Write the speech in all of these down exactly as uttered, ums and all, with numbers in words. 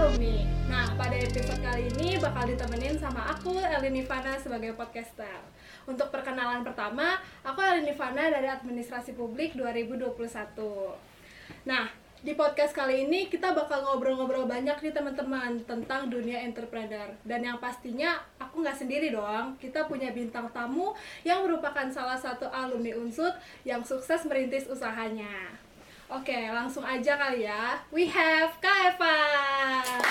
Alumni. Nah, pada episode kali ini bakal ditemenin sama aku, Elin Ivana, sebagai podcaster. Untuk perkenalan pertama, aku Elin Ivana dari Administrasi Publik dua ribu dua puluh satu. Nah, di podcast kali ini kita bakal ngobrol-ngobrol banyak nih teman-teman tentang dunia entrepreneur. Dan yang pastinya aku nggak sendiri doang, kita punya bintang tamu yang merupakan salah satu alumni Unsud yang sukses merintis usahanya. Oke, langsung aja kali ya. We have Kak Evan.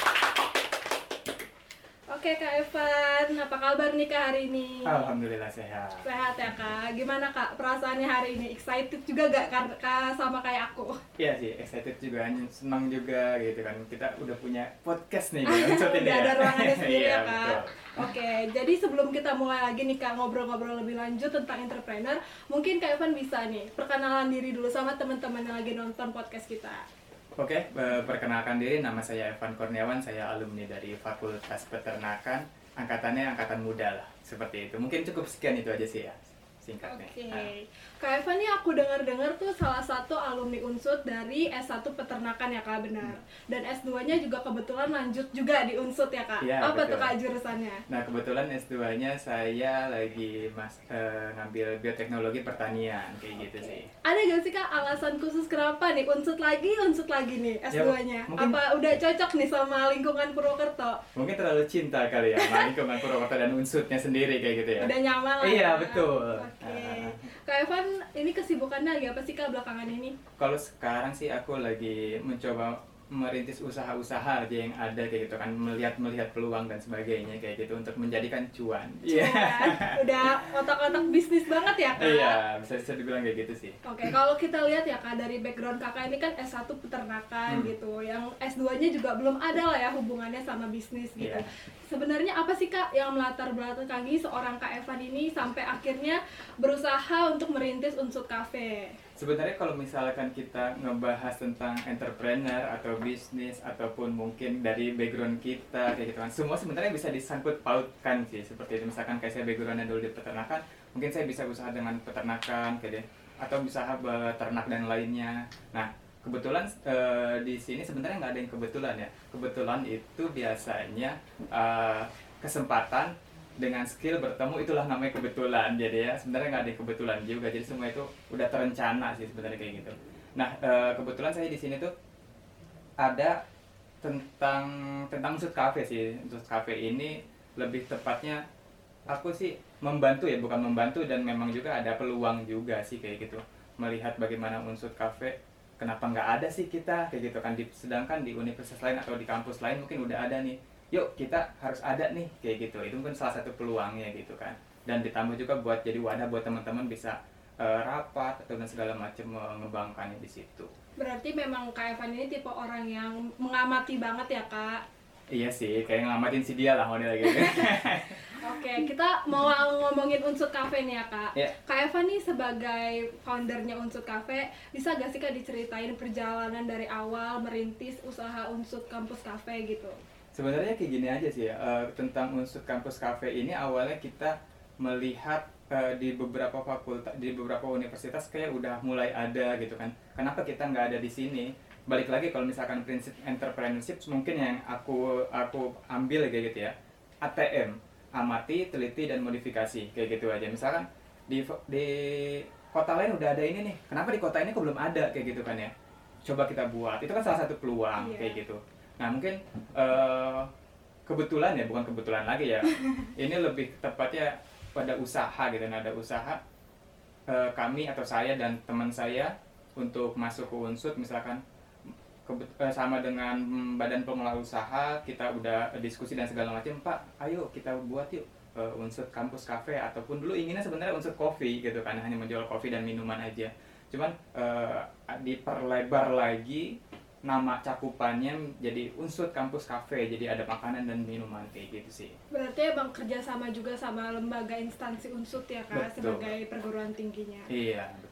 Oke Kak Evan, apa kabar nih Kak hari ini? Alhamdulillah sehat. Sehat ya Kak. Gimana Kak perasaannya hari ini? Excited juga gak Kak sama kayak aku? Iya sih, excited juga, senang juga gitu kan. Kita udah punya podcast nih gitu. Udah ya. ada ruangannya sendiri Iya, ya Kak. betul. Oke, jadi sebelum kita mulai lagi nih Kak ngobrol-ngobrol lebih lanjut tentang entrepreneur, mungkin Kak Evan bisa nih perkenalan diri dulu sama teman-teman yang lagi nonton podcast kita. Oke, perkenalkan diri, nama saya Evan Kurniawan, saya alumni dari Fakultas Peternakan, angkatannya angkatan muda lah, seperti itu. Mungkin cukup sekian itu aja sih ya, singkatnya. Oke, Nah. Kak Evan nih aku dengar-dengar tuh salah satu alumni Unsud dari S satu Peternakan ya Kak, benar. Dan S dua-nya juga kebetulan lanjut juga di Unsud ya Kak. Ya, Apa tuh betul. Kak jurusannya? Nah, kebetulan S dua-nya saya lagi mas, eh, ngambil bioteknologi pertanian, kayak gitu Oke. sih. Ada gak sih Kak alasan khusus kenapa nih Unsud lagi, Unsud lagi nih S dua-nya? Ya, mungkin- Apa udah cocok nih sama lingkungan Purwokerto? Mungkin terlalu cinta kali ya, sama lingkungan Purwokerto dan Unsudnya sendiri kayak gitu ya. Udah nyaman lah Iya, ya? betul. Oke. Ah. Kak Evan, ini kesibukannya lagi apa sih Kak belakangan ini? Kalau sekarang sih aku lagi mencoba merintis usaha-usaha aja yang ada kayak gitu kan, melihat-melihat peluang dan sebagainya kayak gitu untuk menjadikan cuan. Iya. Udah otak-otak bisnis banget ya Kak? Iya, bisa bisa dibilang kayak gitu sih. Oke, kalau kita lihat ya Kak, dari background Kakak ini kan S satu peternakan Hmm. gitu. Yang S dua-nya juga belum ada lah ya hubungannya sama bisnis gitu. Iya. Sebenarnya apa sih Kak yang melatar belakangi seorang Kak Evan ini sampai akhirnya berusaha untuk merintis Unsud Cafe? Sebenarnya kalau misalkan kita ngebahas tentang entrepreneur atau bisnis ataupun mungkin dari background kita kayak gitu kan, semua sebenarnya bisa disangkut pautkan sih. Seperti itu, misalkan kayak saya backgroundnya dulu di peternakan, mungkin saya bisa usaha dengan peternakan kayak deh, atau usaha beternak dan lainnya. Nah, kebetulan eh, di sini sebenarnya nggak ada yang kebetulan ya. Kebetulan itu biasanya eh, kesempatan dengan skill bertemu, itulah namanya kebetulan. Jadi ya sebenarnya nggak ada yang kebetulan juga, jadi semua itu udah terencana sih sebenarnya kayak gitu. Nah, eh, kebetulan saya di sini tuh ada tentang tentang Unsud Cafe sih. Unsud Cafe ini lebih tepatnya aku sih membantu ya, bukan membantu, dan memang juga ada peluang juga sih kayak gitu, melihat bagaimana Unsud Cafe, kenapa nggak ada sih kita kayak gitu kan, di, sedangkan di universitas lain atau di kampus lain mungkin udah ada nih, yuk kita harus ada nih kayak gitu. Itu mungkin salah satu peluangnya gitu kan, dan ditambah juga buat jadi wadah buat teman-teman bisa uh, rapat atau dan segala macam mengembangkannya di situ. Berarti memang Kak Evan ini tipe orang yang mengamati banget ya Kak? Iya sih, kayak ngelamatin si dia lah model gitu. Oke, kita mau ngomongin Unsud Cafe nih ya Kak. Ya. Kak Eva nih sebagai foundernya Unsud Cafe, bisa gak sih Kak diceritain perjalanan dari awal merintis usaha Unsud Kampus Cafe gitu? Sebenarnya kayak gini aja sih ya, uh, tentang Unsud Kampus Cafe ini awalnya kita melihat uh, di beberapa fakultas, di beberapa universitas kayak udah mulai ada gitu kan. Kenapa kita nggak ada di sini? Balik lagi kalau misalkan prinsip entrepreneurship mungkin yang aku aku ambil kayak gitu ya, A T M, amati, teliti, dan modifikasi kayak gitu aja. Misalkan di di kota lain udah ada ini nih, kenapa di kota ini kok belum ada kayak gitu kan ya? Coba kita buat, itu kan salah satu peluang. Iya. Kayak gitu. Nah mungkin uh, kebetulan ya, bukan kebetulan lagi ya, ini lebih tepatnya pada usaha gitu. Nah, ada usaha uh, kami atau saya dan teman saya untuk masuk ke Unsud, misalkan kebet- uh, sama dengan badan pengelola usaha, kita udah diskusi dan segala macam, Pak ayo kita buat yuk uh, Unsud Kampus Cafe, ataupun dulu inginnya sebenarnya Unsud Coffee gitu kan, hanya menjual kopi dan minuman aja, cuman uh, diperlebar lagi nama cakupannya jadi Unsud Kampus Cafe, jadi ada makanan dan minuman kayak gitu sih. Berarti Abang kerja sama juga sama lembaga instansi Unsud ya Kak, Betul. sebagai perguruan tingginya. Iya, betul.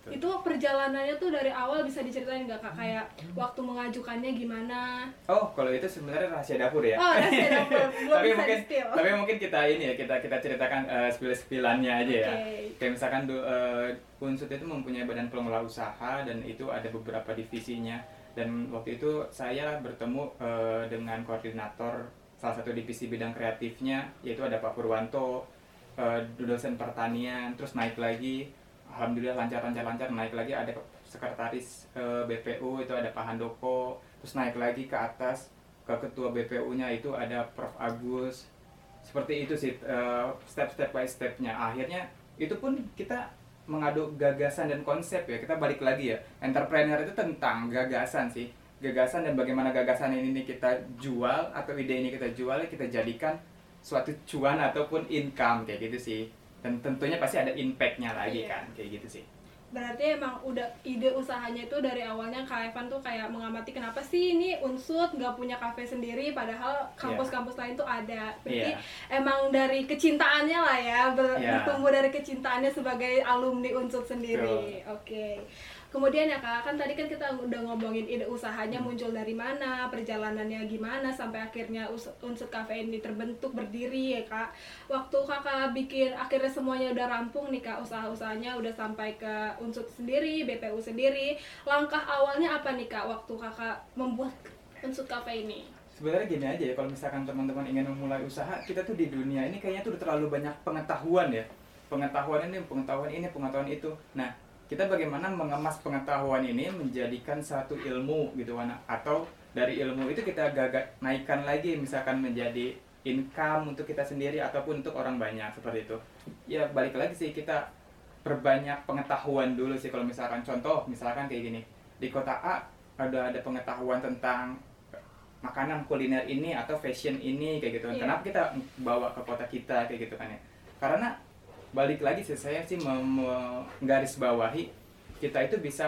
betul. Itu perjalanannya tuh dari awal bisa diceritain nggak Kak? Kayak waktu mengajukannya gimana? Oh, kalau itu sebenarnya rahasia dapur ya. Oh, rahasia dapur. Belum tapi bisa mungkin di-spill. tapi mungkin kita ini ya, kita kita ceritakan uh, spill-spillannya aja ya. Okay. Kayak misalkan uh, Unsut itu mempunyai badan pengelola usaha dan itu ada beberapa divisinya. Dan waktu itu saya bertemu uh, dengan koordinator salah satu divisi bidang kreatifnya, yaitu ada Pak Purwanto, uh, dosen pertanian, terus naik lagi, alhamdulillah lancar-lancar-lancar, naik lagi ada sekretaris uh, B P U, itu ada Pak Handoko, terus naik lagi ke atas, ke ketua B P U-nya itu ada Prof Agus. Seperti itu sih, uh, step-step by step-nya. Akhirnya itu pun kita mengadu gagasan dan konsep ya, kita balik lagi ya, entrepreneur itu tentang gagasan sih, gagasan dan bagaimana gagasan ini kita jual atau ide ini kita jual, kita jadikan suatu cuan ataupun income kayak gitu sih, dan tentunya pasti ada impact-nya lagi. Iya. Kan kayak gitu sih. Berarti emang udah ide usahanya itu dari awalnya Kak Evan tuh kayak mengamati kenapa sih ini Unsut nggak punya kafe sendiri padahal kampus-kampus yeah. lain tuh ada. Berarti yeah. emang dari kecintaannya lah ya, ber- yeah. bertumbuh dari kecintaannya sebagai alumni Unsut sendiri. Oke. Okay. Kemudian ya Kak, kan tadi kan kita udah ngomongin ide usahanya hmm. muncul dari mana, perjalanannya gimana sampai akhirnya Unsut Cafe ini terbentuk berdiri ya Kak. Waktu Kakak bikin akhirnya semuanya udah rampung nih Kak, usaha-usahanya udah sampai ke Unsut sendiri, B P U sendiri. Langkah awalnya apa nih Kak waktu Kakak membuat Unsut Cafe ini? Sebenarnya gini aja ya, kalau misalkan teman-teman ingin memulai usaha, kita tuh di dunia ini kayaknya tuh udah terlalu banyak pengetahuan ya. Pengetahuan ini, pengetahuan ini, pengetahuan itu. Nah, kita bagaimana mengemas pengetahuan ini menjadikan satu ilmu gitu kan, atau dari ilmu itu kita gagak naikkan lagi misalkan menjadi income untuk kita sendiri ataupun untuk orang banyak, seperti itu. Ya balik lagi sih, kita perbanyak pengetahuan dulu sih. Kalau misalkan contoh misalkan kayak gini, di kota A ada ada pengetahuan tentang makanan kuliner ini atau fashion ini kayak gitu kan. Yeah. Kenapa kita bawa ke kota kita kayak gitu kan ya? Karena balik lagi sih, saya sih menggaris bawahi kita itu bisa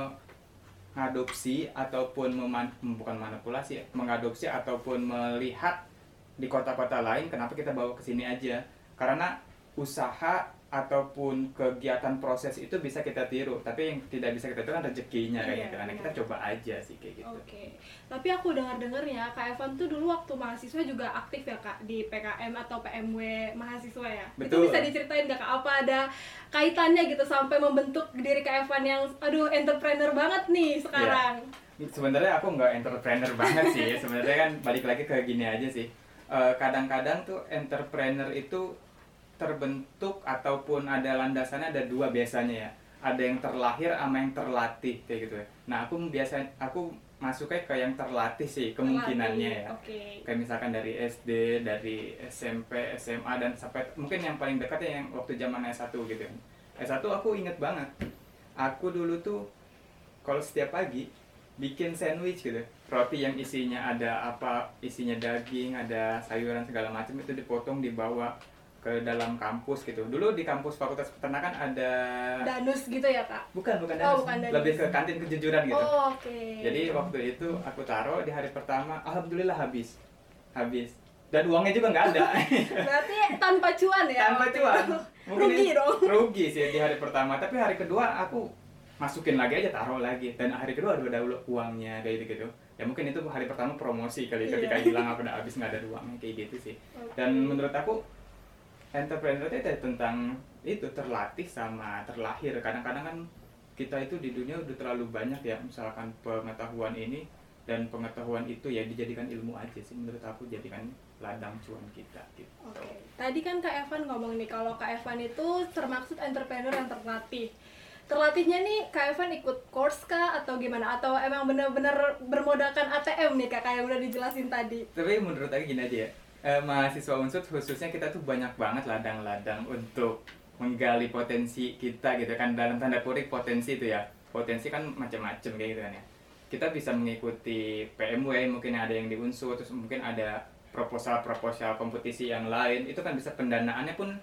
mengadopsi ataupun meman, bukan manipulasi, mengadopsi ataupun melihat di kota-kota lain, kenapa kita bawa ke sini aja. Karena usaha ataupun kegiatan proses itu bisa kita tiru, tapi yang tidak bisa kita tiru kan rezekinya kayak gitu. Karena kita coba aja sih kayak gitu. Oke. Okay. Tapi aku dengar-dengarnya Kak Evan tuh dulu waktu mahasiswa juga aktif ya Kak di P K M atau P M W mahasiswa ya. Betul. Itu bisa diceritain gak Kak, apa ada kaitannya gitu sampai membentuk diri Kak Evan yang aduh entrepreneur banget nih sekarang. Ya. Sebenarnya aku nggak entrepreneur banget sih. Sebenarnya kan balik lagi ke gini aja sih. Uh, kadang-kadang tuh entrepreneur itu terbentuk ataupun ada landasannya, ada dua biasanya ya. Ada yang terlahir sama yang terlatih kayak gitu ya. Nah, aku biasa aku masuknya ke yang terlatih sih kemungkinannya ya. Okay. Kayak misalkan dari S D, dari S M P, S M A dan sampai mungkin yang paling dekatnya yang waktu zaman S satu gitu. S satu aku inget banget. Aku dulu tuh kalau setiap pagi bikin sandwich gitu. Roti yang isinya ada apa? Isinya daging, ada sayuran segala macam itu dipotong dibawa ke dalam kampus gitu. Dulu di kampus Fakultas Peternakan ada danus gitu ya Kak? Bukan, bukan danus. Oh, bukan danus. Lebih ke kantin kejujuran gitu. Oh, oke. Okay. Jadi waktu itu aku taruh di hari pertama, alhamdulillah habis. Habis. Dan uangnya juga nggak ada. Berarti tanpa cuan ya? Tanpa cuan. Mungkin rugi dong. Rugi sih di hari pertama, tapi hari kedua aku masukin lagi aja, taruh lagi. Dan hari kedua ada udah uangnya kayak gitu. Ya mungkin itu hari pertama promosi kali, ketika yeah. hilang aku udah habis nggak ada uangnya kayak gitu sih. Okay. Dan menurut aku entrepreneur itu tentang itu terlatih sama terlahir. Kadang-kadang kan kita itu di dunia udah terlalu banyak ya, misalkan pengetahuan ini dan pengetahuan itu ya dijadikan ilmu aja sih menurut aku, jadikan ladang cuan kita gitu. Oke. Okay. Tadi kan Kak Evan ngomong nih kalau Kak Evan itu termaksud entrepreneur yang terlatih. Terlatihnya nih Kak Evan ikut course kah atau gimana? Atau emang benar-benar bermodalkan A T M nih Kak, kayak udah dijelasin tadi? Tapi menurut aku gini aja ya. Eh, mahasiswa Unsut khususnya kita tuh banyak banget ladang-ladang untuk menggali potensi kita gitu kan, dalam tanda kutip potensi itu ya. Potensi kan macam-macam kayak gitu kan ya. Kita bisa mengikuti P M W, mungkin ada yang di Unsut, terus mungkin ada proposal-proposal kompetisi yang lain. Itu kan bisa pendanaannya pun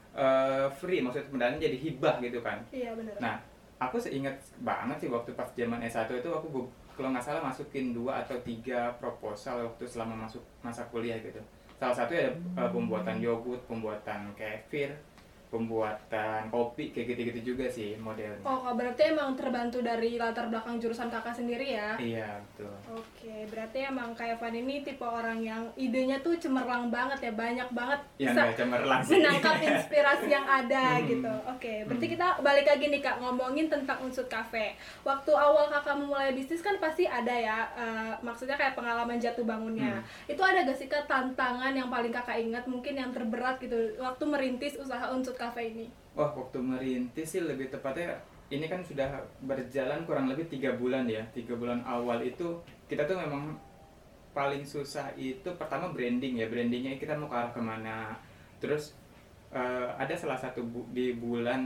uh, free, maksudnya pendanaannya jadi hibah gitu kan. Iya benar. Nah, aku seingat banget sih waktu pas zaman S satu itu aku kalau nggak salah masukin dua atau tiga proposal waktu selama masuk masa kuliah gitu. Salah satu ya uh, pembuatan yogurt, pembuatan kefir, pembuatan kopi kayak gitu-gitu juga sih modelnya. Oh, berarti emang terbantu dari latar belakang jurusan kakak sendiri ya? Iya, betul. Oke, berarti emang kayak Van ini tipe orang yang idenya tuh cemerlang banget ya, banyak banget Yang bisa nggak cemerlang sih. menangkap inspirasi yang ada Hmm. gitu. Oke, berarti Hmm. kita balik lagi nih Kak, ngomongin tentang Unsut Cafe. Waktu awal kakak memulai bisnis kan pasti ada ya, uh, maksudnya kayak pengalaman jatuh bangunnya. Hmm. Itu ada gak sih Kak tantangan yang paling kakak ingat, mungkin yang terberat gitu, waktu merintis usaha Unsut Cafe ini? Wah, waktu merintis sih lebih tepatnya ini kan sudah berjalan kurang lebih tiga bulan ya. Tiga bulan awal itu kita tuh memang paling susah itu pertama branding ya. Brandingnya kita mau ke arah kemana. Terus uh, ada salah satu bu- di bulan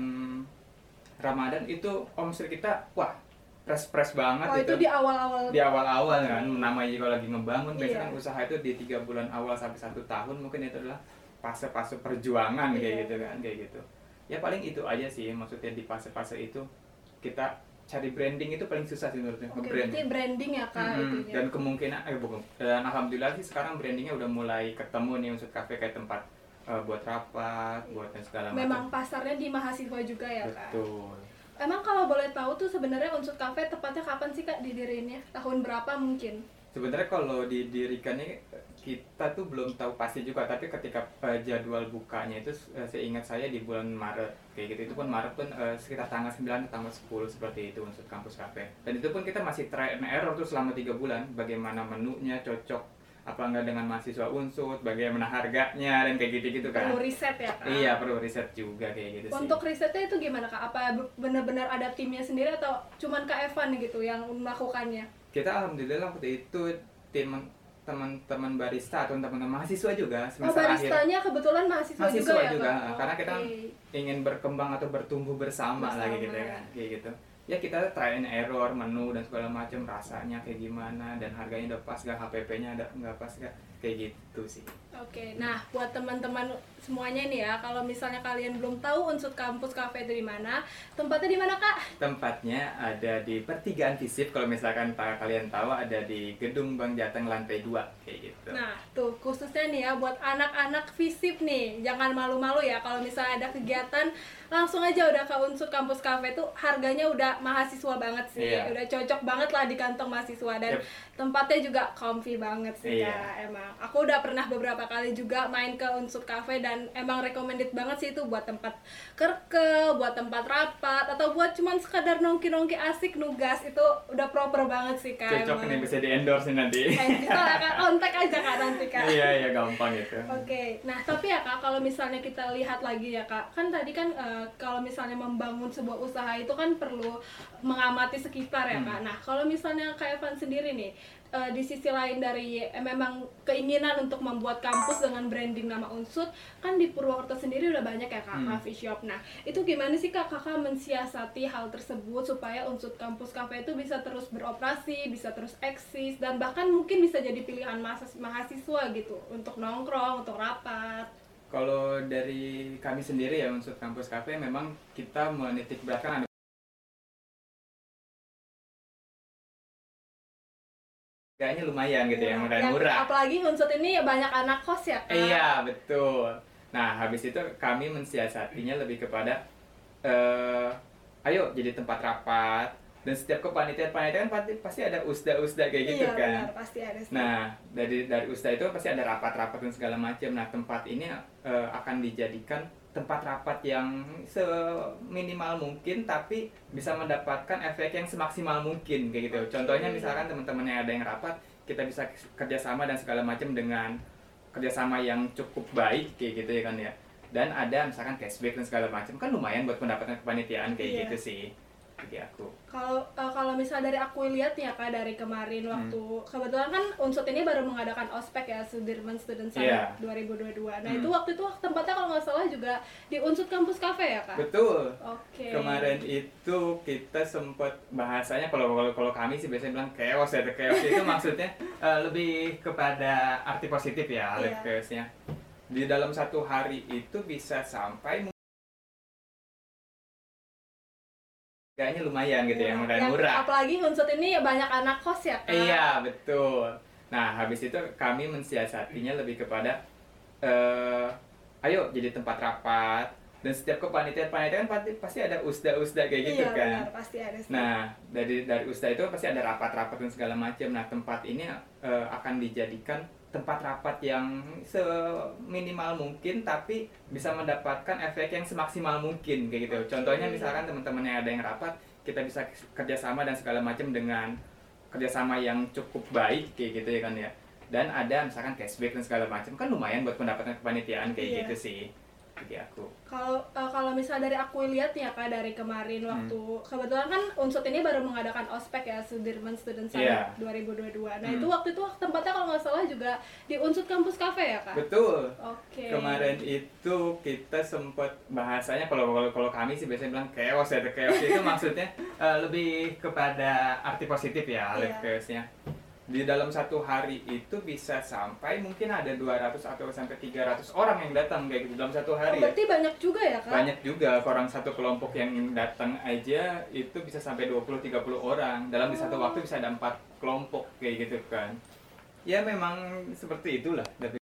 Ramadan itu omset kita wah press-press banget. Oh, itu di awal-awal. Di awal-awal kan, namanya juga lagi ngebangun. Biasanya Iya. kan usaha itu di tiga bulan awal sampai satu tahun mungkin itu adalah fase-fase perjuangan kayak Iya. gitu kan, kayak gitu. Ya paling itu aja sih, maksudnya di fase-fase itu kita cari branding itu paling susah sih menurutnya. Oke, nge-brand. berarti branding ya Kak Mm-mm. itunya. Dan kemungkinan eh bukan dan alhamdulillah sih sekarang brandingnya udah mulai ketemu nih Unsut Cafe kayak tempat eh, buat rapat, buat dan segala macam. Memang pasarnya di mahasiswa juga ya Kak. Betul. Emang kalau boleh tahu tuh sebenarnya Unsut Cafe tepatnya kapan sih Kak didiriinnya? Tahun berapa mungkin? Sebenarnya kalau didirikannya kita tuh belum tahu pasti juga, tapi ketika uh, jadwal bukanya itu uh, seingat saya di bulan Maret kayak gitu. Itu pun Maret pun uh, sekitar tanggal sembilan atau tanggal sepuluh seperti itu Unsut Kampus Cafe. Dan itu pun kita masih try and error tuh selama tiga bulan, bagaimana menunya cocok apa enggak dengan mahasiswa Unsut, bagaimana harganya dan kayak gitu-gitu kan. Perlu riset ya Kak? Iya, perlu riset juga kayak gitu sih. Untuk risetnya itu gimana Kak? Apa benar-benar ada timnya sendiri atau cuman Kak Evan gitu yang melakukannya? Kita alhamdulillah waktu itu tim teman-teman barista atau teman-teman mahasiswa juga Oh, baristanya akhir, kebetulan mahasiswa, mahasiswa juga ya juga, Kak? karena kita Okay. ingin berkembang atau bertumbuh bersama, Bersama. lagi gitu kan, kayak gitu. Ya kita try and error menu dan segala macam, rasanya kayak gimana dan harganya udah pas gak, H P P-nya ada nggak pas gak, kayak gitu sih. Oke, nah buat teman-teman semuanya nih ya, kalau misalnya kalian belum tahu Unsut Kampus Cafe itu di mana, tempatnya di mana Kak? Tempatnya ada di Pertigaan Visip, kalau misalkan para kalian tahu ada di Gedung Bank Jateng lantai dua kayak gitu. Nah, tuh khususnya nih ya buat anak-anak Visip nih, jangan malu-malu ya kalau misalnya ada kegiatan langsung aja udah ke Unsut Kampus Cafe tuh, harganya udah mahasiswa banget sih, Iya. udah cocok banget lah di kantong mahasiswa dan Yep. tempatnya juga comfy banget sih Iya. Kak, emang. Aku udah pernah beberapa kali juga main ke Unsut Cafe dan emang recommended banget sih itu buat tempat kerke, buat tempat rapat atau buat cuman sekadar nongki-nongki asik nugas, itu udah proper banget sih Kak. Cocok emang. nih, bisa di endorse nanti. Eh, bisa lah Kak, kontak aja Kak nanti Kak. Iya iya gampang gitu. Oke, nah tapi ya Kak, kalau misalnya kita lihat lagi ya Kak, kan tadi kan eh, kalau misalnya membangun sebuah usaha itu kan perlu mengamati sekitar ya Kak. Hmm. Nah kalau misalnya Kak Evan sendiri nih, eh, di sisi lain dari eh, memang keinginan untuk membuat kampus dengan branding nama Unsut, kan di Purwokerto sendiri udah banyak ya Kak, Hmm. coffee shop. Nah itu gimana sih Kak kakak mensiasati hal tersebut supaya Unsut Kampus Cafe itu bisa terus beroperasi, bisa terus eksis, dan bahkan mungkin bisa jadi pilihan mahas- mahasiswa gitu untuk nongkrong, untuk rapat. Kalau dari kami sendiri ya Unsut Kampus Cafe memang kita menitik beratkan ada harganya lumayan gitu ya, murah Yang murah. apalagi Unsut ini banyak anak kos ya Kak? Iya betul. Nah habis itu kami mensiasatinya lebih kepada eh ayo jadi tempat rapat, dan setiap kepanitiaan-panitiaan pasti, pasti ada usda-usda kayak gitu Iya, kan. benar, pasti ada sih. Nah, dari dari usda itu pasti ada rapat-rapat dan segala macam. Nah, tempat ini eh, akan dijadikan tempat rapat yang seminimal mungkin tapi bisa mendapatkan efek yang semaksimal mungkin kayak gitu. Oke. Contohnya misalkan teman-teman yang ada yang rapat, kita bisa kerjasama dan segala macam dengan kerjasama yang cukup baik kayak gitu ya kan ya. Dan ada misalkan cashback dan segala macam, kan lumayan buat pendapatan kepanitiaan kayak Iya. gitu sih. Bagi aku. Kalau uh, kalau misal dari aku lihat ya Kak, dari kemarin waktu Hmm. kebetulan kan Unsut ini baru mengadakan ospek ya, Sudirman Student Summit Iya. dua ribu dua puluh dua. Nah Hmm. itu waktu itu tempatnya kalau nggak salah juga di Unsut Kampus Cafe ya Kak? Betul. Oke. Kemarin itu kita sempat bahasanya, kalau kalau kalau kami sih biasanya bilang chaos ya, chaos itu maksudnya eh, lebih kepada arti positif ya, Iya. chaosnya. Di dalam satu hari itu bisa sampai harganya lumayan gitu ya, murah Yang murah. apalagi Unsut ini banyak anak kos ya Kak? Iya betul. Nah habis itu kami mensiasatinya lebih kepada eh ayo jadi tempat rapat, Dan setiap kepanitiaan-panitiaan pasti, pasti ada usda-usda kayak gitu iya, kan. Benar, pasti ada sih. Nah, dari dari usda itu pasti ada rapat-rapat dan segala macam. Nah, tempat ini uh, akan dijadikan tempat rapat yang seminimal mungkin tapi bisa mendapatkan efek yang semaksimal mungkin kayak gitu. Okay. Contohnya misalkan teman-teman yang ada yang rapat, kita bisa kerjasama dan segala macam dengan kerjasama yang cukup baik kayak gitu ya kan ya. Dan ada misalkan cashback dan segala macam, kan lumayan buat pendapatan kepanitiaan kayak yeah. gitu sih. Bagi aku. Kalau uh, kalau misal dari aku lihat ya Kak, dari kemarin waktu hmm. kebetulan kan Unsut ini baru mengadakan ospek ya, Sudirman Student Summit yeah. dua ribu dua puluh dua. Nah, hmm. itu waktu itu tempatnya kalau nggak salah juga di Unsut Kampus Cafe ya Kak? Betul. Oke. Okay. Kemarin itu kita sempat bahasanya kalau kalau kalau kami sih biasanya bilang chaos ya, chaos itu maksudnya uh, lebih kepada arti positif ya, yeah. chaosnya. Di dalam satu hari itu bisa sampai mungkin ada dua ratus atau sampai tiga ratus orang yang datang kayak gitu dalam satu hari. Oh, berarti ya. Banyak juga ya Kak? Banyak juga, orang satu kelompok yang datang aja itu bisa sampai dua puluh sampai tiga puluh orang. Dalam oh. di satu waktu bisa ada empat kelompok kayak gitu kan. Ya memang seperti itulah.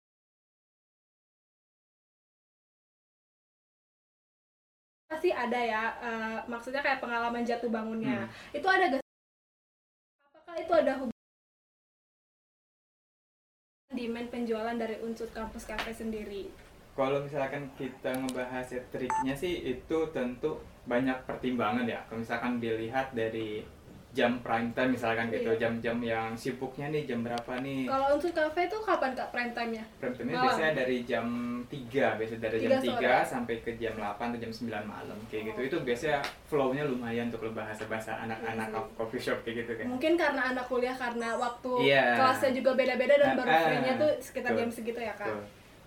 Pasti ada ya, uh, maksudnya kayak pengalaman jatuh bangunnya. Hmm. Itu ada gak? Apakah itu ada hubungan demand penjualan dari Unsut Kampus Cafe sendiri? Kalau misalkan kita ngebahas ya, triknya sih itu tentu banyak pertimbangan ya. Kalau misalkan dilihat dari jam prime time misalkan gitu, iya. jam-jam yang sibuknya nih jam berapa nih? Kalau Unsut Cafe itu kapan Kak prime time-nya? Prime time-nya biasanya dari jam tiga, biasanya dari jam tiga sampai ke jam delapan atau jam sembilan malam kayak oh. gitu. Itu biasanya flow-nya lumayan untuk bahasa-bahasa anak-anak iya coffee shop kayak gitu kan. Mungkin karena anak kuliah karena waktu yeah. kelasnya juga beda-beda dan nah, baru free-nya tuh sekitar tuh. jam segitu ya Kak. Tuh.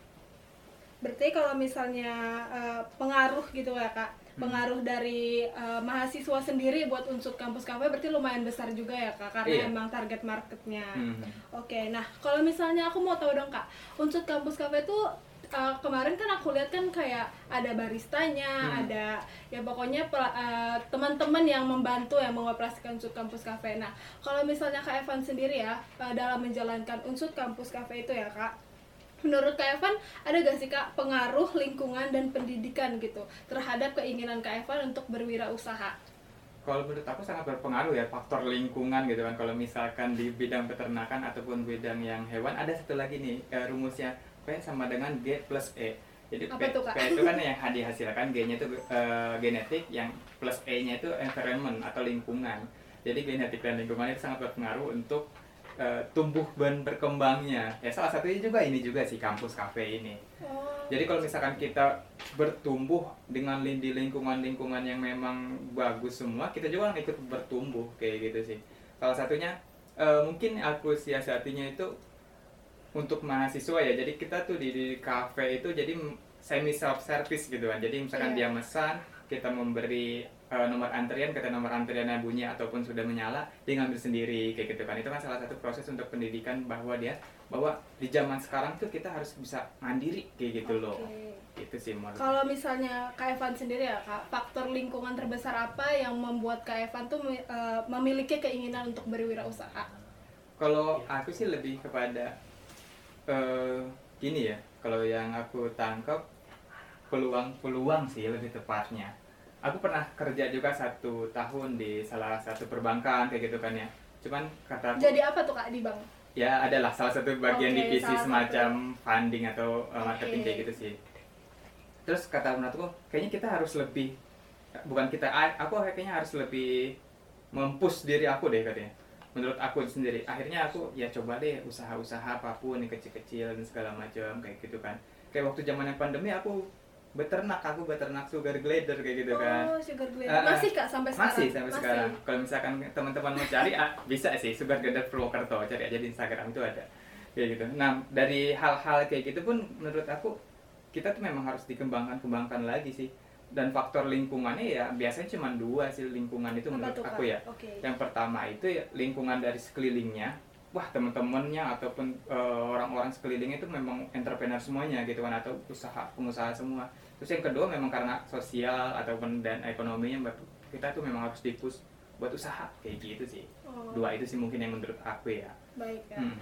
Berarti kalau misalnya uh, pengaruh gitu ya Kak, pengaruh dari uh, mahasiswa sendiri buat Unsut Kampus Cafe berarti lumayan besar juga ya Kak, karena iya. emang target marketnya. Mm-hmm. Oke, okay, nah kalau misalnya aku mau tahu dong Kak, Unsut Kampus Cafe tuh uh, kemarin kan aku lihat kan kayak ada baristanya, hmm. ada ya pokoknya uh, teman-teman yang membantu yang mengoperasikan Unsut Kampus Cafe. Nah kalau misalnya Kak Evan sendiri ya uh, dalam menjalankan Unsut Kampus Cafe itu ya Kak, menurut Kak Evan, ada gak sih Kak pengaruh lingkungan dan pendidikan gitu terhadap keinginan Kak Evan untuk berwirausaha? Kalau menurut aku sangat berpengaruh ya faktor lingkungan gitu kan. Kalau misalkan di bidang peternakan ataupun bidang yang hewan, ada satu lagi nih eh, rumusnya P sama dengan G plus E. Jadi P, itu, P itu kan yang dihasilkan, G-nya itu uh, genetik, yang plus E-nya itu environment atau lingkungan. Jadi genetik dan lingkungan itu sangat berpengaruh untuk Uh, tumbuh dan berkembangnya. Ya salah satunya juga ini juga sih kampus cafe ini. Oh. Jadi kalau misalkan kita bertumbuh dengan di lingkungan-lingkungan yang memang bagus semua, kita juga akan ikut bertumbuh kayak gitu sih. Salah satunya uh, mungkin aku siasatinya itu untuk mahasiswa ya. Jadi kita tuh di, di cafe itu jadi semi self service gitu kan. Jadi misalkan yeah. dia mesan, kita memberi uh, nomor antrian, kata nomor antriannya bunyi ataupun sudah menyala, dia ngambil sendiri kayak gitu kan. Itu kan salah satu proses untuk pendidikan bahwa dia bahwa di zaman sekarang tuh kita harus bisa mandiri kayak gitu okay. loh. Itu sih menurut. Kalau misalnya Kak Evan sendiri ya Kak, faktor lingkungan terbesar apa yang membuat Kak Evan tuh uh, memiliki keinginan untuk berwirausaha? Kalau aku sih lebih kepada uh, gini ya, kalau yang aku tangkap peluang-peluang sih lebih tepatnya. Aku pernah kerja juga satu tahun di salah satu perbankan kayak gitu kan ya. Cuman kata aku, jadi apa tuh Kak di bank? Ya adalah salah satu bagian okay, divisi semacam satu. funding atau uh, marketing okay. kayak gitu sih. Terus kata menurutku kayaknya kita harus lebih, bukan kita, aku kayaknya harus lebih mempush diri aku deh katanya. Menurut aku sendiri. Akhirnya aku ya coba deh usaha-usaha apapun yang kecil-kecil dan segala macam kayak gitu kan. Kayak waktu zaman yang pandemi aku beternak, aku beternak sugar glider kayak gitu kan. Oh, sugar glider. Uh, masih Kak sampai sekarang? Masih sampai masih. sekarang. Kalau misalkan teman-teman mau cari, ah, bisa sih sugar glider Purwokerto, cari aja di Instagram itu ada. Kayak gitu. Nah, dari hal-hal kayak gitu pun menurut aku kita tuh memang harus dikembangkan-kembangkan lagi sih. Dan faktor lingkungannya ya biasanya cuma dua sih lingkungan itu menurut Apa aku tuh, ya. Okay. Yang pertama itu ya lingkungan dari sekelilingnya. Wah, teman-temannya ataupun uh, orang-orang sekelilingnya itu memang entrepreneur semuanya gitu kan, atau usaha pengusaha semua. Terus yang kedua memang karena sosial ataupun dan ekonominya kita tuh memang harus dipush buat usaha kayak gitu sih. Oh. Dua itu sih mungkin yang menurut aku ya. Baik ya. Hmm.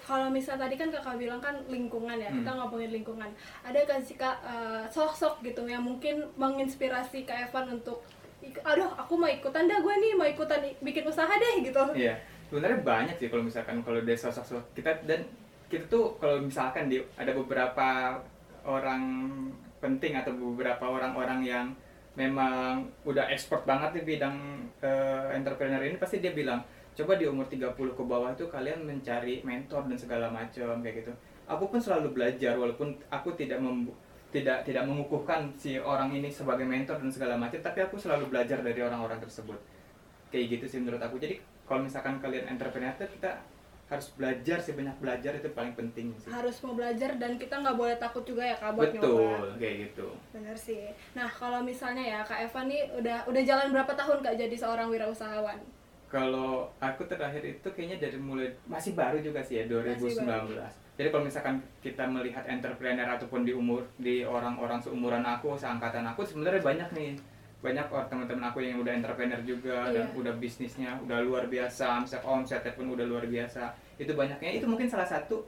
kalau misal tadi kan kakak bilang kan lingkungan ya, hmm. kita ngomongin lingkungan. Ada kan sih kak uh, sosok gitu yang mungkin menginspirasi Kak Evan untuk, aduh aku mau ikutan dah, gue nih mau ikutan bikin usaha deh gitu. Iya, sebenarnya banyak sih kalau misalkan kalau dari sosok-sosok kita, dan kita tuh kalau misalkan di, ada beberapa orang penting atau beberapa orang-orang yang memang udah expert banget di bidang uh, entrepreneur ini, pasti dia bilang coba di umur tiga puluh ke bawah itu kalian mencari mentor dan segala macam kayak gitu. Aku pun selalu belajar walaupun aku tidak mem- tidak tidak mengukuhkan si orang ini sebagai mentor dan segala macam, tapi aku selalu belajar dari orang-orang tersebut. Kayak gitu sih menurut aku. Jadi kalau misalkan kalian entrepreneur itu kita harus belajar sih, banyak belajar, itu paling penting sih. Harus mau belajar dan kita nggak boleh takut juga ya kak buat Betul, nyoba. Betul, kayak gitu. Bener sih. Nah kalau misalnya ya Kak Evan nih udah udah jalan berapa tahun kak jadi seorang wirausahawan? Kalau aku terakhir itu kayaknya dari mulai, masih baru juga sih ya, dua ribu sembilan belas. Jadi kalau misalkan kita melihat entrepreneur ataupun di umur, di orang-orang seumuran aku, seangkatan aku, sebenarnya banyak nih. Banyak orang teman-teman aku yang udah entrepreneur juga, iya. Dan udah bisnisnya udah luar biasa, misalnya omsetnya pun udah luar biasa. Itu banyaknya, itu mungkin salah satu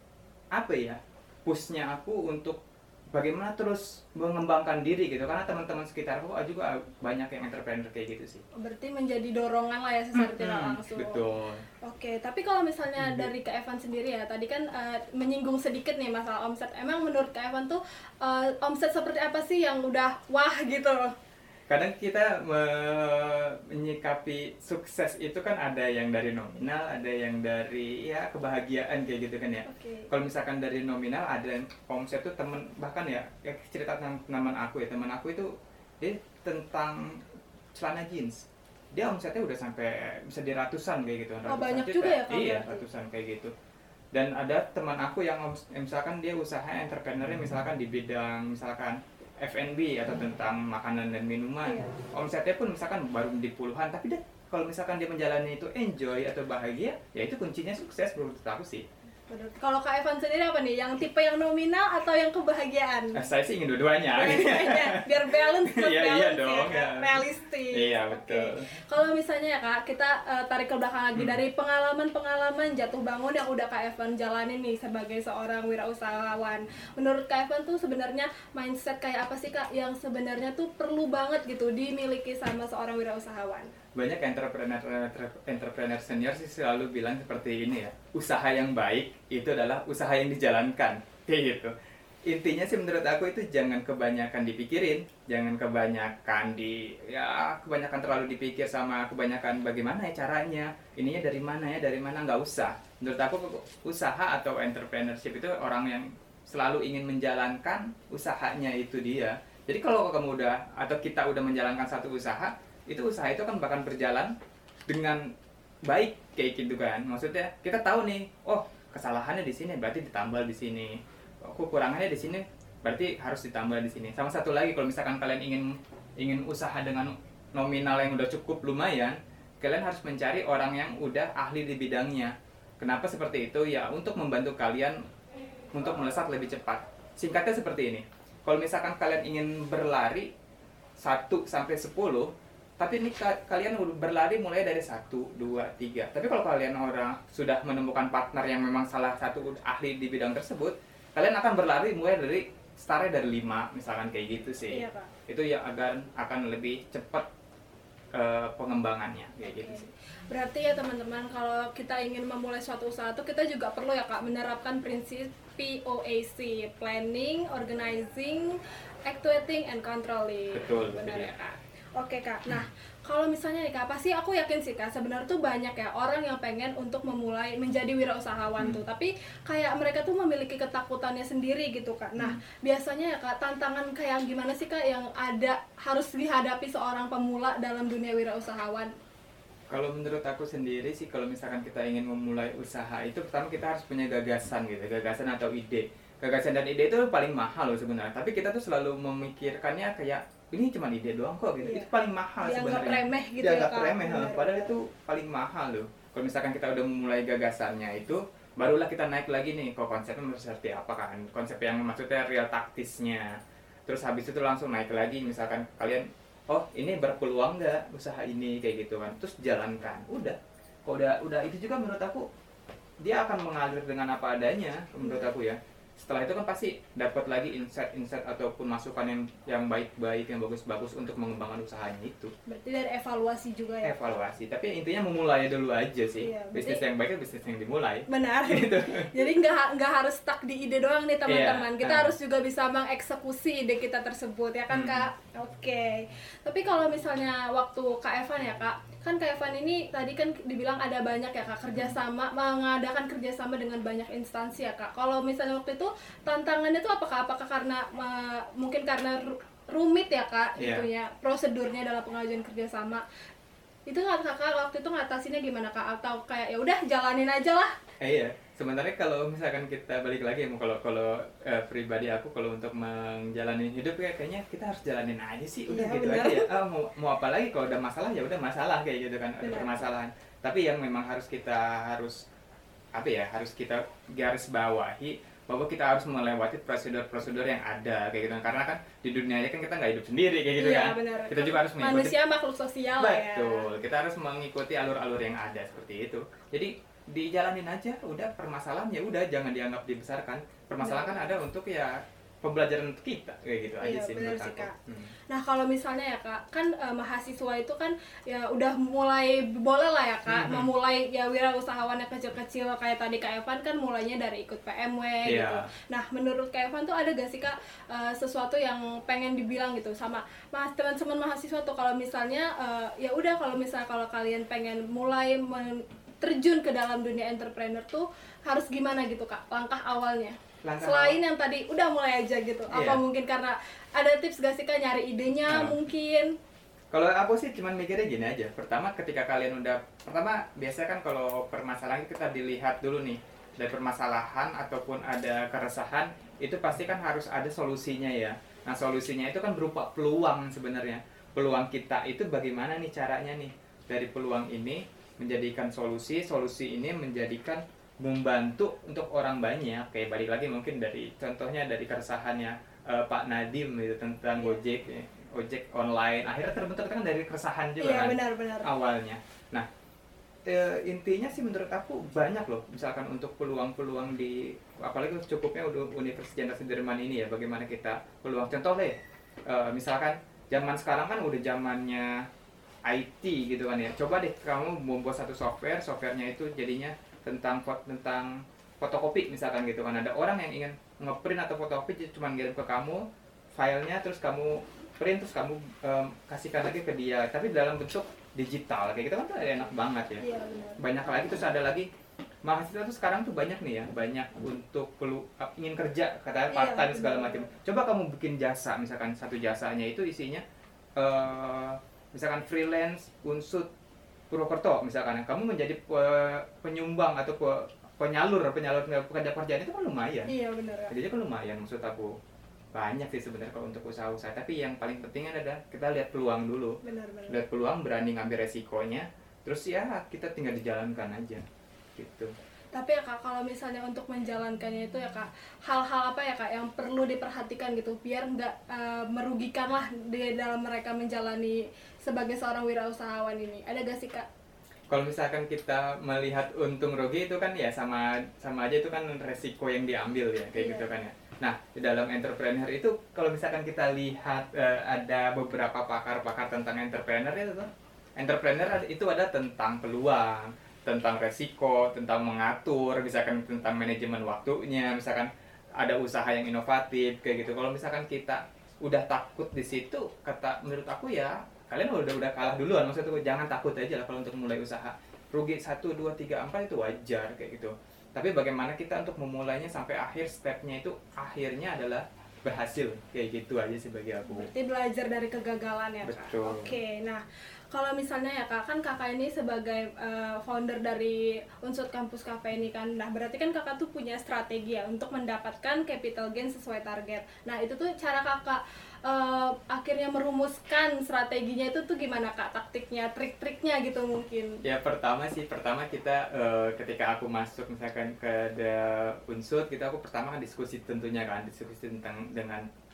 apa ya, pushnya aku untuk bagaimana terus mengembangkan diri gitu, karena teman-teman sekitarku juga banyak yang entrepreneur kayak gitu sih. Berarti menjadi dorongan lah ya secara tidak hmm, langsung. Betul. Oke, tapi kalau misalnya hmm. dari Kak Evan sendiri ya, tadi kan uh, menyinggung sedikit nih masalah omset. Emang menurut Kak Evan tuh uh, omset seperti apa sih yang udah wah gitu? Kadang kita me- menyikapi sukses itu kan ada yang dari nominal, ada yang dari ya kebahagiaan kayak gitu kan ya. Okay. Kalau misalkan dari nominal ada omset tuh temen, bahkan ya, ya cerita tentang teman aku ya, teman aku itu dia tentang celana jeans. Dia omsetnya udah sampai bisa di ratusan kayak gitu. Ratusan oh banyak juta. Juga ya kamu? Iya, ratusan kayak gitu. Dan ada teman aku yang misalkan dia usaha entrepreneurnya misalkan di bidang misalkan F and B atau tentang makanan dan minuman, iya. Omsetnya pun misalkan baru di puluhan, tapi deh kalau misalkan dia menjalani itu enjoy atau bahagia, ya itu kuncinya sukses menurut aku sih. Kalau Kak Evan sendiri apa nih? Yang tipe yang nominal atau yang kebahagiaan? Nah, saya sih ingin dua-duanya. Biar balance, iya, balance iya dong, ya, ya. realistis. Iya betul. Okay. Kalau misalnya ya Kak, kita uh, tarik ke belakang lagi hmm. dari pengalaman-pengalaman jatuh bangun yang udah Kak Evan jalanin nih sebagai seorang wirausahawan. Menurut Kak Evan tuh sebenarnya mindset kayak apa sih Kak yang sebenarnya tuh perlu banget gitu dimiliki sama seorang wirausahawan? Banyak entrepreneur entrepreneur senior sih selalu bilang seperti ini ya, usaha yang baik itu adalah usaha yang dijalankan kayak gitu. Intinya sih menurut aku itu jangan kebanyakan dipikirin, jangan kebanyakan di ya kebanyakan terlalu dipikir sama kebanyakan bagaimana ya caranya, ininya dari mana ya dari mana, nggak usah. Menurut aku usaha atau entrepreneurship itu orang yang selalu ingin menjalankan usahanya itu dia. Jadi kalau kamu udah atau kita udah menjalankan satu usaha, itu usaha itu kan bahkan berjalan dengan baik kayak gitu kan. Maksudnya kita tahu nih, oh kesalahannya di sini berarti ditambal di sini, kekurangannya di sini berarti harus ditambal di sini. Sama satu lagi, kalau misalkan kalian ingin ingin usaha dengan nominal yang udah cukup lumayan, kalian harus mencari orang yang udah ahli di bidangnya. Kenapa seperti itu? Ya untuk membantu kalian untuk melesat lebih cepat. Singkatnya seperti ini, kalau misalkan kalian ingin berlari satu sampai sepuluh, tapi ini ka- kalian berlari mulai dari satu, dua, tiga. Tapi kalau kalian orang sudah menemukan partner yang memang salah satu ahli di bidang tersebut, kalian akan berlari mulai dari startnya dari lima, misalkan kayak gitu sih. Iya, Pak. Itu ya agar akan lebih cepat uh, pengembangannya kayak okay. gitu sih. Berarti ya teman-teman, kalau kita ingin memulai suatu usaha tuh kita juga perlu ya Kak menerapkan prinsip P O A C, planning, organizing, actuating, and controlling. Betul. Benar ya Kak. Oke Kak, nah kalau misalnya nih Kak, pasti aku yakin sih Kak, sebenarnya tuh banyak ya orang yang pengen untuk memulai menjadi wirausahawan hmm. tuh, tapi kayak mereka tuh memiliki ketakutannya sendiri gitu Kak. Nah hmm. biasanya ya Kak, tantangan kayak gimana sih Kak yang ada harus dihadapi seorang pemula dalam dunia wirausahawan? Kalau menurut aku sendiri sih, kalau misalkan kita ingin memulai usaha itu pertama kita harus punya gagasan gitu, gagasan atau ide. Gagasan dan ide itu paling mahal loh sebenarnya, tapi kita tuh selalu memikirkannya kayak ini cuma ide doang kok gitu, iya. Itu paling mahal sebenarnya. Dianggap remeh gitu ya, ya Kak. remeh, padahal itu paling mahal loh. Kalau misalkan kita udah memulai gagasannya itu, barulah kita naik lagi nih, kok konsepnya seperti apa kan, konsep yang maksudnya real taktisnya. Terus habis itu langsung naik lagi, misalkan kalian, oh ini berpeluang nggak usaha ini kayak gitu kan, terus jalankan, udah. Kalau udah, udah itu juga menurut aku dia akan mengalir dengan apa adanya menurut aku ya. Setelah itu kan pasti dapat lagi insight-insight ataupun masukan yang yang baik-baik, yang bagus-bagus untuk mengembangkan usahanya itu. Berarti dari evaluasi juga ya? Evaluasi, tapi intinya memulai dulu aja sih. Iya, bisnis yang baik itu bisnis yang dimulai. Benar. Gitu. Jadi nggak nggak harus stuck di ide doang nih teman-teman. Iya, kita uh. harus juga bisa mengeksekusi ide kita tersebut ya kan hmm. Kak? Oke. Okay. Tapi kalau misalnya waktu Kak Evan ya Kak, kan Kak Evan ini tadi kan dibilang ada banyak ya Kak kerjasama, mengadakan kerjasama dengan banyak instansi ya Kak. Kalau misalnya waktu itu tantangannya itu apakah? Apakah karena uh, mungkin karena rumit ya Kak, yeah. itunya prosedurnya dalam pengajuan kerjasama? Itu nggak Kakak waktu itu ngatasinnya gimana Kak? Atau kayak ya udah jalanin aja lah? Eh, iya. Sebenarnya kalau misalkan kita balik lagi kalau kalau uh, pribadi aku kalau untuk menjalani hidup ya kayaknya kita harus jalanin aja sih udah ya, gitu bener. aja ya. Oh, mau mau apa lagi kalau udah masalah ya udah masalah kayak gitu kan, ada permasalahan. Tapi yang memang harus kita harus apa ya harus kita garis bawahi bahwa kita harus melewati prosedur-prosedur yang ada kayak gitu kan, karena kan di dunia ini kan kita nggak hidup sendiri kayak gitu iya, kan. Bener. Kita juga harus mengikuti manusia makhluk sosial betul. Ya. Kita harus mengikuti alur-alur yang ada seperti itu. Jadi dijalanin aja, udah permasalahan ya udah jangan dianggap dibesarkan. Permasalahan ya. Kan ada untuk ya pembelajaran untuk kita kayak gitu iya, aja sih menurut aku. Hmm. Nah kalau misalnya ya Kak, kan uh, mahasiswa itu kan ya udah mulai boleh lah ya Kak, mm-hmm. memulai ya wirausahawan yang kecil-kecil kayak tadi Kak Evan kan mulainya dari ikut P M W yeah. gitu. Nah menurut Kak Evan tuh ada gak sih Kak uh, sesuatu yang pengen dibilang gitu sama mas teman-teman mahasiswa tuh kalau misalnya uh, ya udah kalau misalnya kalau kalian pengen mulai men- terjun ke dalam dunia entrepreneur tuh harus gimana gitu Kak langkah awalnya? Langkah selain awal. Yang tadi udah mulai aja gitu, apa yeah. mungkin karena ada tips gak sih Kak nyari idenya nah. mungkin? Kalau aku sih cuman mikirnya gini aja, pertama ketika kalian udah, pertama biasanya kan kalau permasalahan kita dilihat dulu nih, dari permasalahan ataupun ada keresahan, itu pasti kan harus ada solusinya ya. Nah solusinya itu kan berupa peluang sebenarnya, peluang kita itu bagaimana nih caranya nih, dari peluang ini menjadikan solusi, solusi ini menjadikan membantu untuk orang banyak. Kayak balik lagi mungkin dari contohnya dari keresahannya uh, Pak Nadim itu tentang Gojek ya. Ojek online akhirnya terbentuk kan dari keresahan juga iya, kan benar, benar. awalnya. Nah e, intinya sih menurut aku banyak loh misalkan untuk peluang-peluang di apalagi cukupnya udah Universitas Jenderal Sudirman ini ya, bagaimana kita peluang contoh deh e, misalkan zaman sekarang kan udah zamannya I T gitu kan ya, coba deh kamu membuat satu software, softwarenya itu jadinya tentang tentang fotokopi misalkan gitu kan, ada orang yang ingin ngeprint atau fotokopi cuma ngirim ke kamu filenya, terus kamu print, terus kamu um, kasihkan lagi ke dia tapi dalam bentuk digital kayak gitu kan tuh enak banget ya. Iya, banyak lagi, terus ada lagi mahasiswa tuh sekarang tuh banyak nih ya, banyak untuk perlu ingin kerja katanya part time iya, segala macam. Coba kamu bikin jasa misalkan satu jasanya itu isinya uh, misalkan freelance Unsut Purwokerto misalkan, kamu menjadi penyumbang atau penyalur penyalur pekerja-pekerjaan itu kan lumayan. Iya benar. Jadi kan lumayan maksud aku. Banyak sih sebenarnya kalau untuk usaha-usaha, tapi yang paling penting adalah kita lihat peluang dulu. Benar, benar. Lihat peluang, berani ngambil resikonya, terus ya kita tinggal dijalankan aja gitu. Tapi ya Kak, kalau misalnya untuk menjalankannya itu ya Kak, hal-hal apa ya Kak yang perlu diperhatikan gitu biar nggak uh, merugikan lah di dalam mereka menjalani sebagai seorang wirausahawan ini. Ada gak sih Kak? Kalau misalkan kita melihat untung rugi itu kan ya sama sama aja, itu kan resiko yang diambil ya kayak yeah. gitu kan ya. Nah, di dalam entrepreneur itu kalau misalkan kita lihat uh, ada beberapa pakar-pakar tentang entrepreneur itu tuh. Entrepreneur itu ada tentang peluang, tentang resiko, tentang mengatur, misalkan tentang manajemen waktunya, misalkan ada usaha yang inovatif kayak gitu. Kalau misalkan kita udah takut di situ, kata menurut aku ya kalian udah udah kalah duluan. Maksudnya jangan takut aja lah kalau untuk mulai usaha. Rugi satu, dua, tiga, empat itu wajar kayak gitu. Tapi bagaimana kita untuk memulainya sampai akhir stepnya itu akhirnya adalah berhasil, kayak gitu aja sih bagi aku. Berarti belajar dari kegagalan ya Kak? Betul. Oke, nah kalau misalnya ya Kak, kan Kakak ini sebagai uh, founder dari Unsut Kampus Cafe ini kan, nah berarti kan Kakak tuh punya strategi ya untuk mendapatkan capital gain sesuai target. Nah itu tuh cara Kakak uh, akhirnya merumuskan strateginya itu tuh gimana Kak, taktiknya, trik-triknya gitu mungkin? Ya pertama sih, pertama kita uh, ketika aku masuk misalkan ke the Unsut, kita aku pertama kan diskusi tentunya kan, diskusi tentang dengan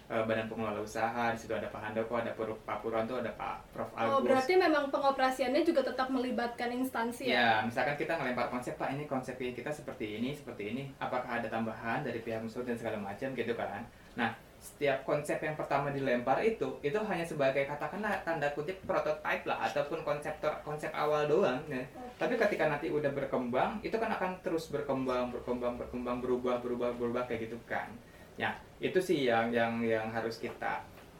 uh, badan pengelola usaha, di situ ada Pak Handoko, ada Pak Purwanto, ada Pak Prof Agus. Oh, berarti memang pengoperasiannya juga tetap melibatkan instansi ya? Ya, misalkan kita ngelempar konsep, Pak ini konsep kita seperti ini, seperti ini, apakah ada tambahan dari pihak unsur dan segala macam gitu kan. Nah, setiap konsep yang pertama dilempar itu itu hanya sebagai katakanlah tanda kutip prototype lah ataupun konsep konsep awal doang ya. Okay. Tapi ketika nanti udah berkembang itu kan akan terus berkembang berkembang berkembang berubah berubah berubah kayak gitu kan. Ya, itu sih yang yang yang harus kita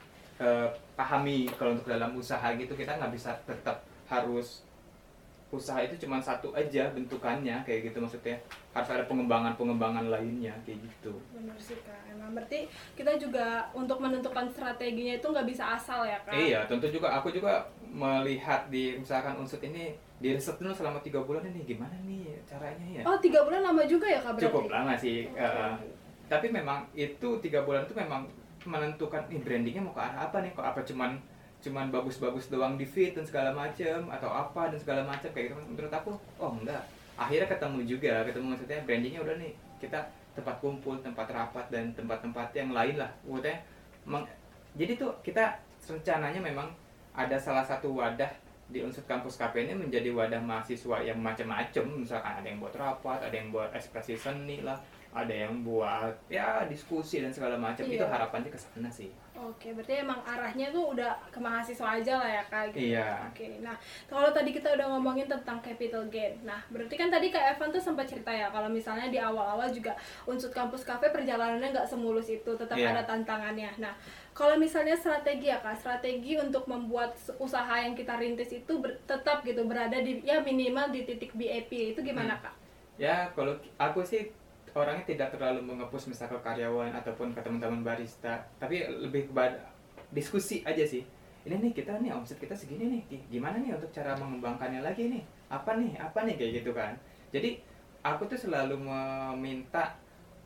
uh, pahami kalau untuk dalam usaha gitu. Kita nggak bisa tetap harus usaha itu cuma satu aja bentukannya kayak gitu, maksudnya harus ada pengembangan-pengembangan lainnya kayak gitu. Benar sih Kak, emang berarti kita juga untuk menentukan strateginya itu nggak bisa asal ya Kak? Iya, tentu juga aku juga melihat di misalkan Unsut ini di riset dulu selama tiga bulan ini gimana nih caranya ya. Oh, tiga bulan lama juga ya Kak berarti? Cukup lama sih, okay. uh, tapi memang itu tiga bulan itu memang menentukan nih brandingnya mau ke arah apa nih, kok apa cuman cuman bagus-bagus doang di feed dan segala macam atau apa dan segala macam kayak gitu. Menurut aku oh enggak, akhirnya ketemu juga ketemu maksudnya brandingnya udah nih kita tempat kumpul, tempat rapat dan tempat-tempat yang lain lah maksudnya meng- jadi tuh kita rencananya memang ada salah satu wadah di Unsut Kampus Cafe ini menjadi wadah mahasiswa yang macam-macam, misalkan ada yang buat rapat, ada yang buat ekspresi seni lah, ada yang buat ya diskusi dan segala macam. Iya. Itu harapannya ke sana sih. Oke, berarti emang arahnya tuh udah ke mahasiswa aja lah ya Kak gitu. Iya. Oke, nah kalau tadi kita udah ngomongin tentang capital gain, nah berarti kan tadi Kak Evan tuh sempat cerita ya kalau misalnya di awal-awal juga Unsut Kampus Cafe perjalanannya nggak semulus itu, tetap yeah. ada tantangannya. Nah kalau misalnya strategi ya Kak, strategi untuk membuat usaha yang kita rintis itu ber- tetap gitu berada di ya minimal di titik B A P itu gimana Kak? Hmm. Ya kalau aku sih orangnya tidak terlalu mengepus misal ke karyawan ataupun ke teman-teman barista, tapi lebih kepada diskusi aja sih. Ini nih kita nih omset kita segini nih, gimana nih untuk cara mengembangkannya lagi nih? Apa nih? Apa nih kayak gitu kan. Jadi aku tuh selalu meminta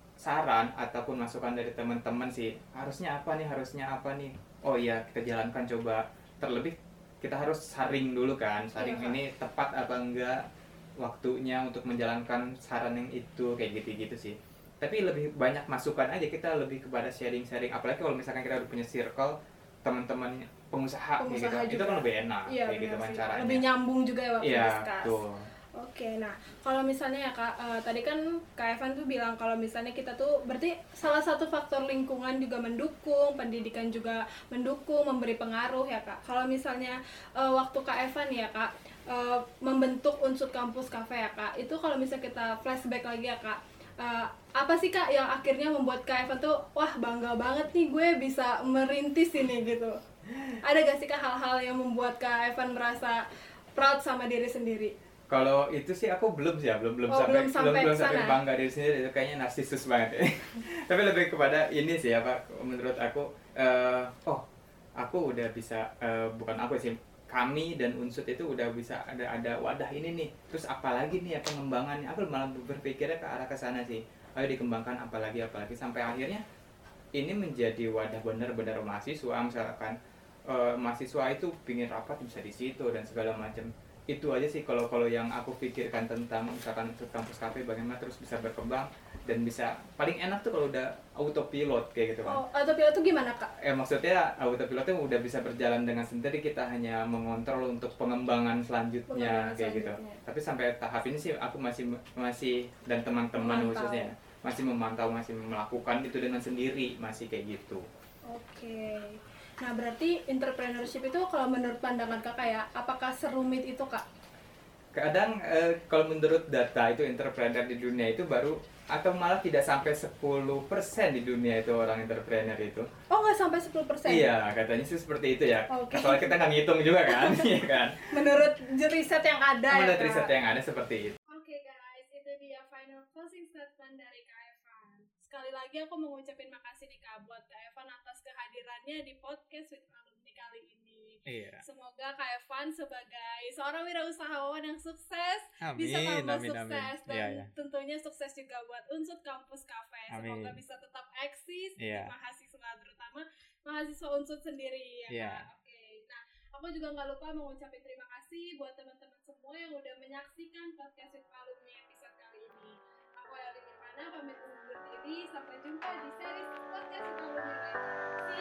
saran ataupun masukan dari teman-teman sih. Harusnya apa nih? Harusnya apa nih? Oh iya, kita jalankan coba. Terlebih kita harus saring dulu kan. Saring iya, ini tepat apa enggak? Waktunya untuk menjalankan saran yang itu kayak gitu-gitu sih. Tapi lebih banyak masukan aja, kita lebih kepada sharing-sharing. Apalagi kalau misalkan kita udah punya circle teman-teman pengusaha, pengusaha kayak gitu, itu kan lebih enak iya, kayak gitu kan caranya. Lebih nyambung juga ya waktu iya, discuss. Tuh. Oke, nah kalau misalnya ya Kak, uh, tadi kan Kak Evan tuh bilang kalau misalnya kita tuh berarti salah satu faktor lingkungan juga mendukung, pendidikan juga mendukung, memberi pengaruh ya Kak. Kalau misalnya uh, waktu Kak Evan ya Kak uh, membentuk Unsut Kampus Cafe ya Kak, itu kalau misalnya kita flashback lagi ya Kak, uh, apa sih Kak yang akhirnya membuat Kak Evan tuh wah bangga banget nih gue bisa merintis ini gitu? Ada gak sih Kak hal-hal yang membuat Kak Evan merasa proud sama diri sendiri? Kalau itu sih aku belum sih ya, belum belum oh, sampai belum sampai, belum, belum sampai bangga diri sendiri, itu kayaknya narsisus banget ya. Tapi lebih kepada ini sih apa menurut aku uh, oh aku udah bisa uh, bukan aku sih kami dan Unsut itu udah bisa ada ada wadah ini nih. Terus apalagi nih ya pengembangannya? Aku malah berpikirnya ke arah ke sana sih. Ayo dikembangkan apalagi apalagi sampai akhirnya ini menjadi wadah benar-benar mahasiswa, misalkan uh, mahasiswa itu pingin rapat bisa di situ dan segala macam. Itu aja sih kalau kalau yang aku pikirkan tentang misalkan Kampus Cafe bagaimana terus bisa berkembang dan bisa paling enak tuh kalau udah autopilot kayak gitu kan. Oh, autopilot tuh gimana Kak? Eh maksudnya autopilotnya udah bisa berjalan dengan sendiri, kita hanya mengontrol untuk pengembangan selanjutnya pengembangan kayak selanjutnya. Gitu. Tapi sampai tahap ini sih aku masih masih dan teman-teman memantau. Khususnya masih memantau, masih melakukan itu dengan sendiri, masih kayak gitu. Oke. Nah, berarti entrepreneurship itu kalau menurut pandangan Kakak ya, apakah serumit itu Kak? Kadang eh, kalau menurut data itu entrepreneur di dunia itu baru atau malah tidak sampai sepuluh persen di dunia itu orang entrepreneur itu. Oh, nggak sampai sepuluh persen? Iya, katanya sih seperti itu ya. Okay. Soalnya kita nggak ngitung juga kan, iya kan? Menurut riset yang ada Menurut ya Menurut riset yang ada seperti itu. Oke okay, guys, itu dia final closing statement dari Kak Evan. Sekali lagi aku mengucapkan makasih nih Kak buat Kak Evan atas kehadirannya di podcast with alumni kali ini. Iya. Semoga Kak Evan sebagai seorang wirausahawan yang sukses amin, bisa tambah amin, sukses amin. dan iya, iya. tentunya sukses juga buat Unsut Kampus Cafe. Semoga amin. bisa tetap eksis iya. di mahasiswa, terutama mahasiswa Unsut sendiri ya iya. Kak. Oke, nah aku juga nggak lupa mengucapkan terima kasih buat teman-teman semua yang udah menyaksikan podcast with alumni episode kali ini. Aku Elin Irvana pamit undur diri, sampai jumpa di series podcast with alumni lainnya.